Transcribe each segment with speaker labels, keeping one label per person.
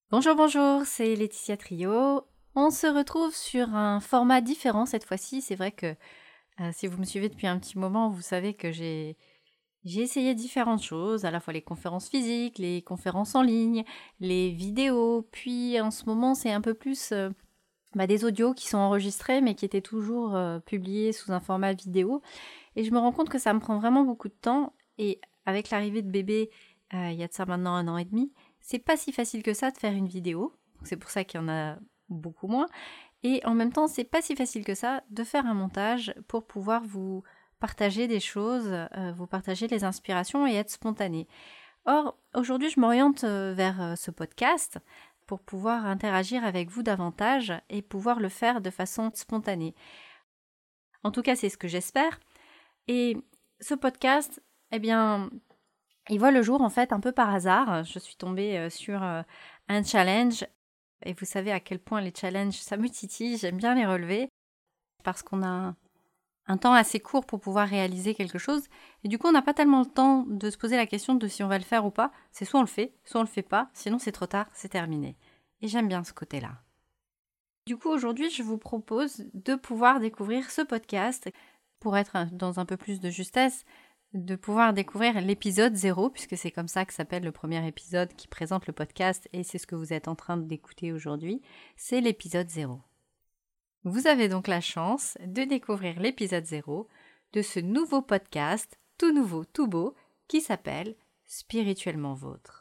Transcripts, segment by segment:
Speaker 1: Bonjour, bonjour, c'est Laetitia Trio. On se retrouve sur un format différent cette fois-ci. C'est vrai que si vous me suivez depuis un petit moment, vous savez que j'ai essayé différentes choses, à la fois les conférences physiques, les conférences en ligne, les vidéos. Puis en ce moment, c'est un peu plus des audios qui sont enregistrés mais qui étaient toujours publiés sous un format vidéo. Et je me rends compte que ça me prend vraiment beaucoup de temps. Et avec l'arrivée de bébé, il y a de ça maintenant 1 an et demi, c'est pas si facile que ça de faire une vidéo. C'est pour ça qu'il y en a beaucoup moins. Et en même temps, c'est pas si facile que ça de faire un montage pour pouvoir vous partager des choses, vous partager les inspirations et être spontané. Or, aujourd'hui, je m'oriente vers ce podcast pour pouvoir interagir avec vous davantage et pouvoir le faire de façon spontanée. En tout cas, c'est ce que j'espère. Et ce podcast, eh bien, il voit le jour en fait un peu par hasard. Je suis tombée sur un challenge et vous savez à quel point les challenges, ça me titille, j'aime bien les relever parce qu'on a un temps assez court pour pouvoir réaliser quelque chose et du coup on n'a pas tellement le temps de se poser la question de si on va le faire ou pas. C'est soit on le fait pas, sinon c'est trop tard, c'est terminé. Et j'aime bien ce côté-là. Du coup aujourd'hui je vous propose de pouvoir découvrir ce podcast pour être dans un peu plus de justesse, de pouvoir découvrir l'épisode 0, puisque c'est comme ça que s'appelle le premier épisode qui présente le podcast, et c'est ce que vous êtes en train d'écouter aujourd'hui, c'est l'épisode 0. Vous avez donc la chance de découvrir l'épisode 0 de ce nouveau podcast, tout nouveau, tout beau, qui s'appelle Spirituellement Vôtre.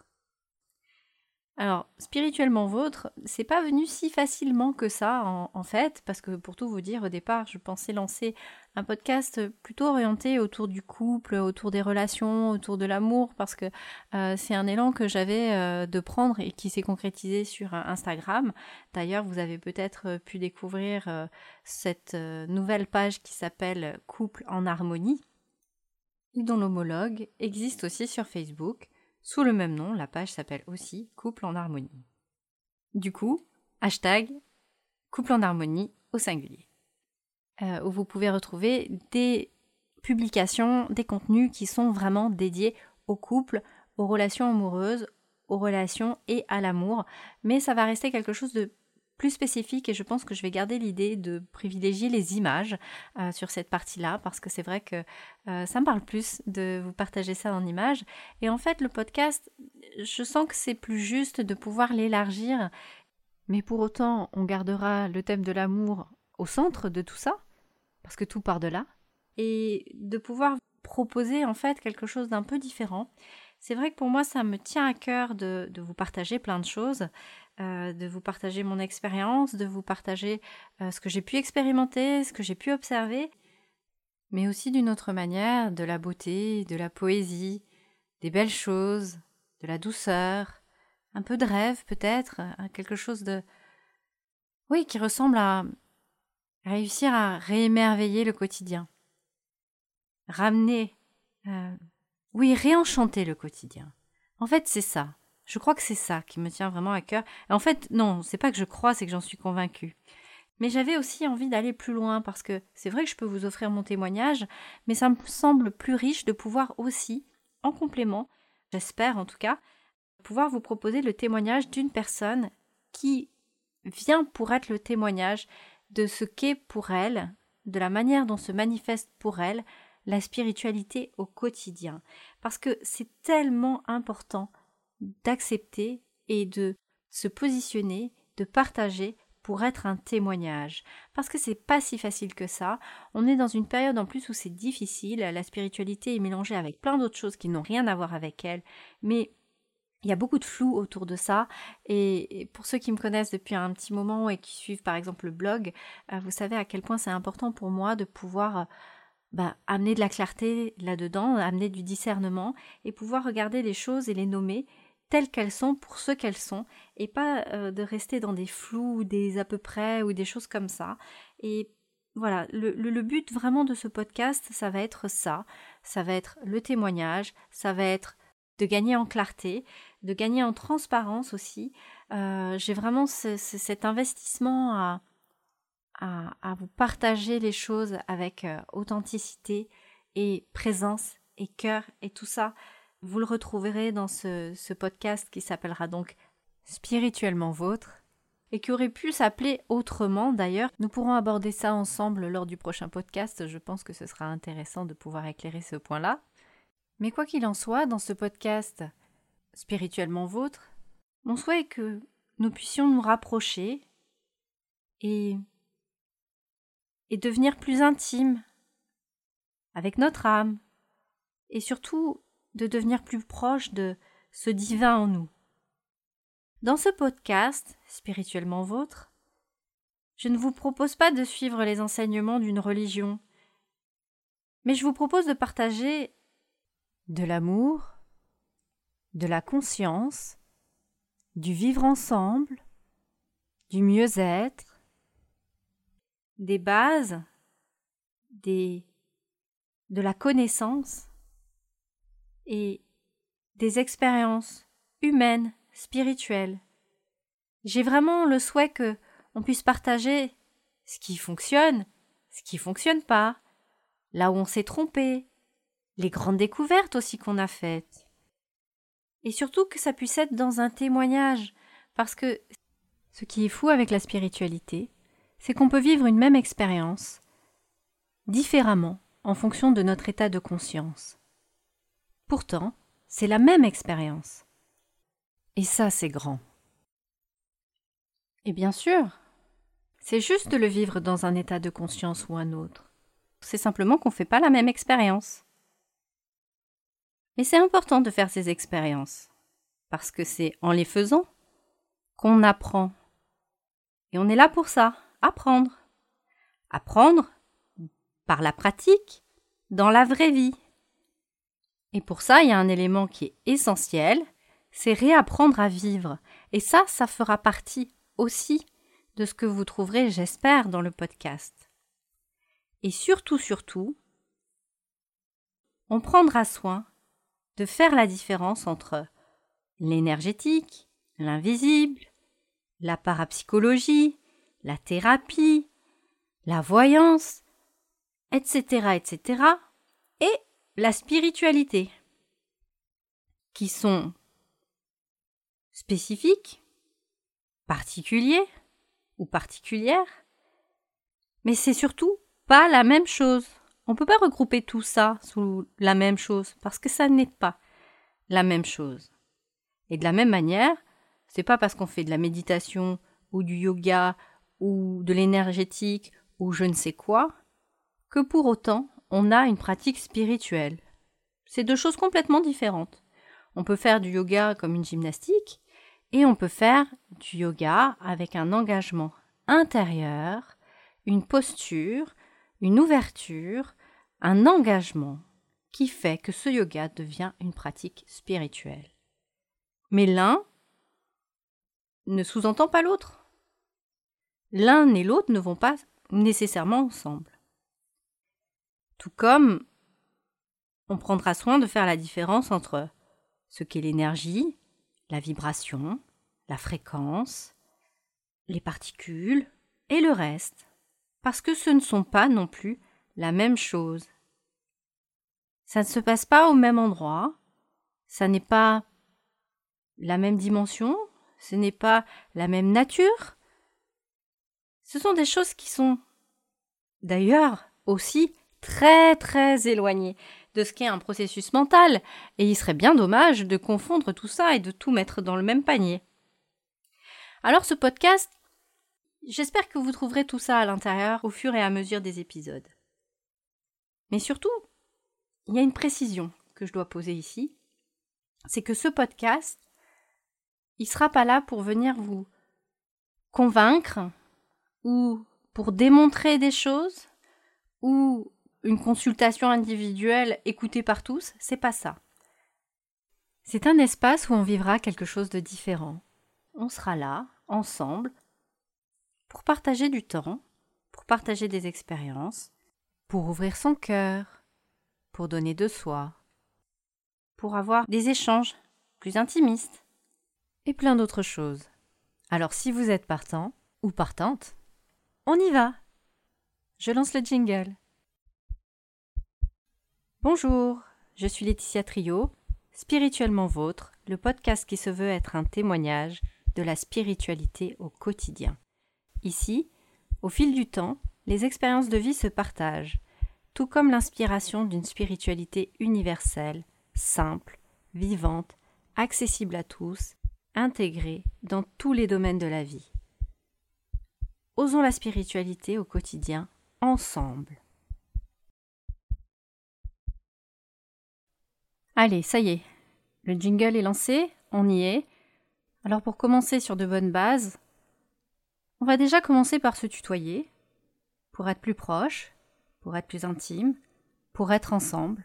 Speaker 1: Alors, spirituellement vôtre, c'est pas venu si facilement que ça en fait, parce que pour tout vous dire, au départ, je pensais lancer un podcast plutôt orienté autour du couple, autour des relations, autour de l'amour, parce que c'est un élan que j'avais de prendre et qui s'est concrétisé sur Instagram. D'ailleurs, vous avez peut-être pu découvrir cette nouvelle page qui s'appelle Couple en harmonie, dont l'homologue existe aussi sur Facebook. Sous le même nom, la page s'appelle aussi Couple en harmonie. Du coup, hashtag Couple en harmonie au singulier, où vous pouvez retrouver des publications, des contenus qui sont vraiment dédiés au couple, aux relations amoureuses, aux relations et à l'amour. Mais ça va rester quelque chose de plus spécifique et je pense que je vais garder l'idée de privilégier les images sur cette partie-là parce que c'est vrai que ça me parle plus de vous partager ça en images. Et en fait, le podcast, je sens que c'est plus juste de pouvoir l'élargir, mais pour autant, on gardera le thème de l'amour au centre de tout ça, parce que tout part de là, et de pouvoir proposer en fait quelque chose d'un peu différent. C'est vrai que pour moi, ça me tient à cœur de vous partager plein de choses, de vous partager mon expérience, de vous partager ce que j'ai pu expérimenter, ce que j'ai pu observer, mais aussi d'une autre manière, de la beauté, de la poésie, des belles choses, de la douceur, un peu de rêve peut-être, quelque chose de... Oui, qui ressemble à réussir à réémerveiller le quotidien. Ramener... oui, réenchanter le quotidien. En fait, c'est ça. Je crois que c'est ça qui me tient vraiment à cœur. Et en fait, non, c'est pas que je crois, c'est que j'en suis convaincue. Mais j'avais aussi envie d'aller plus loin parce que c'est vrai que je peux vous offrir mon témoignage, mais ça me semble plus riche de pouvoir aussi, en complément, j'espère en tout cas, pouvoir vous proposer le témoignage d'une personne qui vient pour être le témoignage de ce qu'est pour elle, de la manière dont se manifeste pour elle la spiritualité au quotidien. Parce que c'est tellement important d'accepter et de se positionner, de partager pour être un témoignage. Parce que c'est pas si facile que ça. On est dans une période en plus où c'est difficile. La spiritualité est mélangée avec plein d'autres choses qui n'ont rien à voir avec elle. Mais il y a beaucoup de flou autour de ça et pour ceux qui me connaissent depuis un petit moment et qui suivent par exemple le blog, vous savez à quel point c'est important pour moi de pouvoir amener de la clarté là-dedans, amener du discernement et pouvoir regarder les choses et les nommer telles qu'elles sont pour ce qu'elles sont et pas de rester dans des flous, des à peu près ou des choses comme ça. Et voilà, le but vraiment de ce podcast, ça va être ça va être le témoignage, ça va être de gagner en clarté, de gagner en transparence aussi. J'ai vraiment cet investissement à vous partager les choses avec authenticité et présence et cœur et tout ça. Vous le retrouverez dans ce podcast qui s'appellera donc spirituellement vôtre, et qui aurait pu s'appeler autrement d'ailleurs. Nous pourrons aborder ça ensemble lors du prochain podcast, je pense que ce sera intéressant de pouvoir éclairer ce point-là. Mais quoi qu'il en soit, dans ce podcast spirituellement vôtre, mon souhait est que nous puissions nous rapprocher et devenir plus intimes avec notre âme, et surtout de devenir plus proche de ce divin en nous. Dans ce podcast, spirituellement vôtre, je ne vous propose pas de suivre les enseignements d'une religion, mais je vous propose de partager de l'amour, de la conscience, du vivre ensemble, du mieux-être, des bases, de la connaissance et des expériences humaines, spirituelles. J'ai vraiment le souhait que on puisse partager ce qui fonctionne pas, là où on s'est trompé, les grandes découvertes aussi qu'on a faites. Et surtout que ça puisse être dans un témoignage, parce que ce qui est fou avec la spiritualité, c'est qu'on peut vivre une même expérience différemment en fonction de notre état de conscience. Pourtant, c'est la même expérience. Et ça, c'est grand. Et bien sûr, c'est juste de le vivre dans un état de conscience ou un autre. C'est simplement qu'on ne fait pas la même expérience. Mais c'est important de faire ces expériences, parce que c'est en les faisant qu'on apprend. Et on est là pour ça, apprendre. Apprendre par la pratique, dans la vraie vie. Et pour ça, il y a un élément qui est essentiel, c'est réapprendre à vivre. Et ça fera partie aussi de ce que vous trouverez, j'espère, dans le podcast. Et surtout, on prendra soin de faire la différence entre l'énergétique, l'invisible, la parapsychologie, la thérapie, la voyance, etc., et la spiritualité, qui sont spécifiques, particuliers ou particulières, mais c'est surtout pas la même chose. On ne peut pas regrouper tout ça sous la même chose, parce que ça n'est pas la même chose. Et de la même manière, c'est pas parce qu'on fait de la méditation ou du yoga ou de l'énergétique ou je ne sais quoi, que pour autant on a une pratique spirituelle. C'est deux choses complètement différentes. On peut faire du yoga comme une gymnastique et on peut faire du yoga avec un engagement intérieur, une posture, une ouverture, un engagement qui fait que ce yoga devient une pratique spirituelle. Mais l'un ne sous-entend pas l'autre. L'un et l'autre ne vont pas nécessairement ensemble. Tout comme on prendra soin de faire la différence entre ce qu'est l'énergie, la vibration, la fréquence, les particules et le reste, parce que ce ne sont pas non plus la même chose. Ça ne se passe pas au même endroit, ça n'est pas la même dimension, ce n'est pas la même nature. Ce sont des choses qui sont d'ailleurs aussi très très éloignées de ce qu'est un processus mental, et il serait bien dommage de confondre tout ça et de tout mettre dans le même panier. Alors ce podcast, j'espère que vous trouverez tout ça à l'intérieur au fur et à mesure des épisodes. Mais surtout, il y a une précision que je dois poser ici, c'est que ce podcast, il ne sera pas là pour venir vous convaincre ou pour démontrer des choses ou une consultation individuelle écoutée par tous, c'est pas ça. C'est un espace où on vivra quelque chose de différent. On sera là, ensemble, pour partager du temps, pour partager des expériences, pour ouvrir son cœur, pour donner de soi, pour avoir des échanges plus intimistes et plein d'autres choses. Alors si vous êtes partant ou partante, on y va. Je lance le jingle. Bonjour, je suis Laetitia Trio, Spirituellement Vôtre, le podcast qui se veut être un témoignage de la spiritualité au quotidien. Ici, au fil du temps, les expériences de vie se partagent, tout comme l'inspiration d'une spiritualité universelle, simple, vivante, accessible à tous, intégrée dans tous les domaines de la vie. Osons la spiritualité au quotidien, ensemble. Allez, ça y est, le jingle est lancé, on y est. Alors pour commencer sur de bonnes bases, on va déjà commencer par se tutoyer, pour être plus proche, pour être plus intime, pour être ensemble.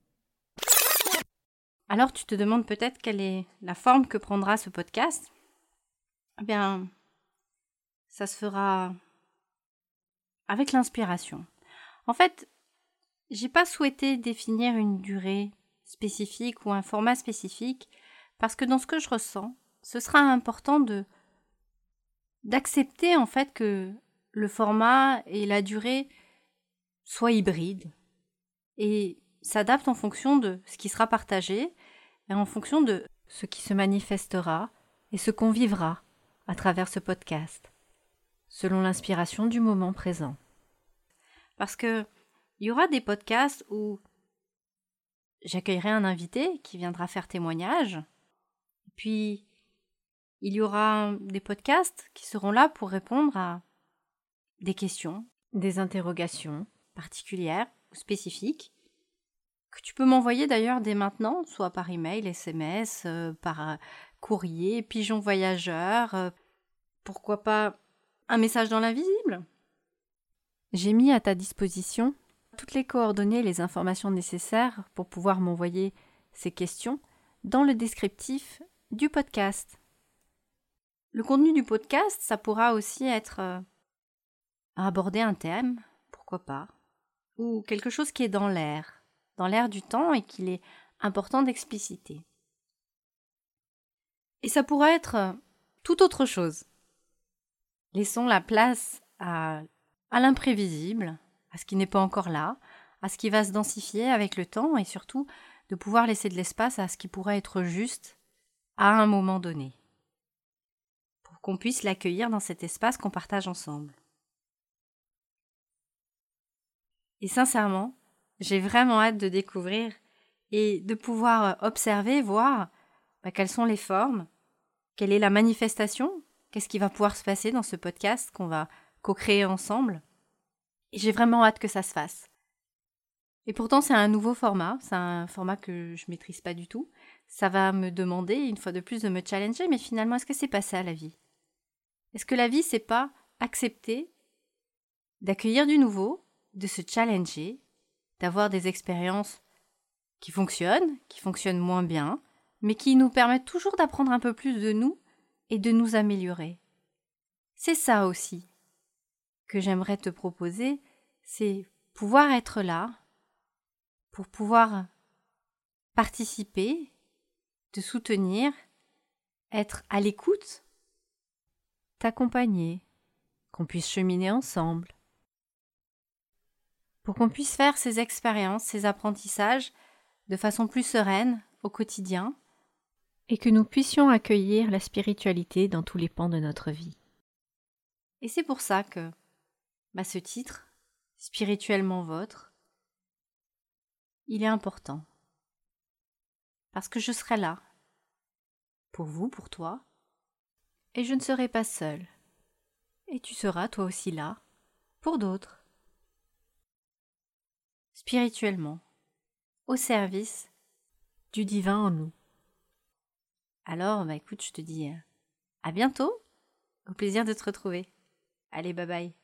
Speaker 1: Alors tu te demandes peut-être quelle est la forme que prendra ce podcast ? Eh bien, ça se fera avec l'inspiration. En fait, j'ai pas souhaité définir une durée spécifique ou un format spécifique parce que dans ce que je ressens, ce sera important d'accepter en fait que le format et la durée soient hybrides et s'adaptent en fonction de ce qui sera partagé et en fonction de ce qui se manifestera et ce qu'on vivra à travers ce podcast, selon l'inspiration du moment présent. Parce que il y aura des podcasts où j'accueillerai un invité qui viendra faire témoignage, puis il y aura des podcasts qui seront là pour répondre à des questions, des interrogations particulières ou spécifiques, que tu peux m'envoyer d'ailleurs dès maintenant, soit par email, SMS, par courrier, pigeon voyageur, pourquoi pas un message dans l'invisible. J'ai mis à ta disposition toutes les coordonnées et les informations nécessaires pour pouvoir m'envoyer ces questions dans le descriptif du podcast. Le contenu du podcast, ça pourra aussi être aborder un thème, pourquoi pas, ou quelque chose qui est dans l'air du temps et qu'il est important d'expliciter. Et ça pourrait être tout autre chose. Laissons la place à l'imprévisible, à ce qui n'est pas encore là, à ce qui va se densifier avec le temps et surtout de pouvoir laisser de l'espace à ce qui pourrait être juste à un moment donné, pour qu'on puisse l'accueillir dans cet espace qu'on partage ensemble. Et sincèrement, j'ai vraiment hâte de découvrir et de pouvoir observer, voir quelles sont les formes, quelle est la manifestation, qu'est-ce qui va pouvoir se passer dans ce podcast qu'on va co-créer ensemble. Et j'ai vraiment hâte que ça se fasse. Et pourtant, c'est un nouveau format, c'est un format que je maîtrise pas du tout. Ça va me demander, une fois de plus, de me challenger, mais finalement, est-ce que c'est pas ça la vie ? Est-ce que la vie, c'est pas accepter d'accueillir du nouveau, de se challenger, d'avoir des expériences qui fonctionnent moins bien, mais qui nous permettent toujours d'apprendre un peu plus de nous et de nous améliorer. C'est ça aussi que j'aimerais te proposer, c'est pouvoir être là, pour pouvoir participer, te soutenir, être à l'écoute, t'accompagner, qu'on puisse cheminer ensemble, pour qu'on puisse faire ces expériences, ces apprentissages de façon plus sereine au quotidien et que nous puissions accueillir la spiritualité dans tous les pans de notre vie. Et c'est pour ça que ce titre, Spirituellement Vôtre, il est important. Parce que je serai là, pour vous, pour toi, et je ne serai pas seule. Et tu seras toi aussi là, pour d'autres. Spirituellement, au service du divin en nous. Alors, écoute, je te dis à bientôt, au plaisir de te retrouver. Allez, bye bye.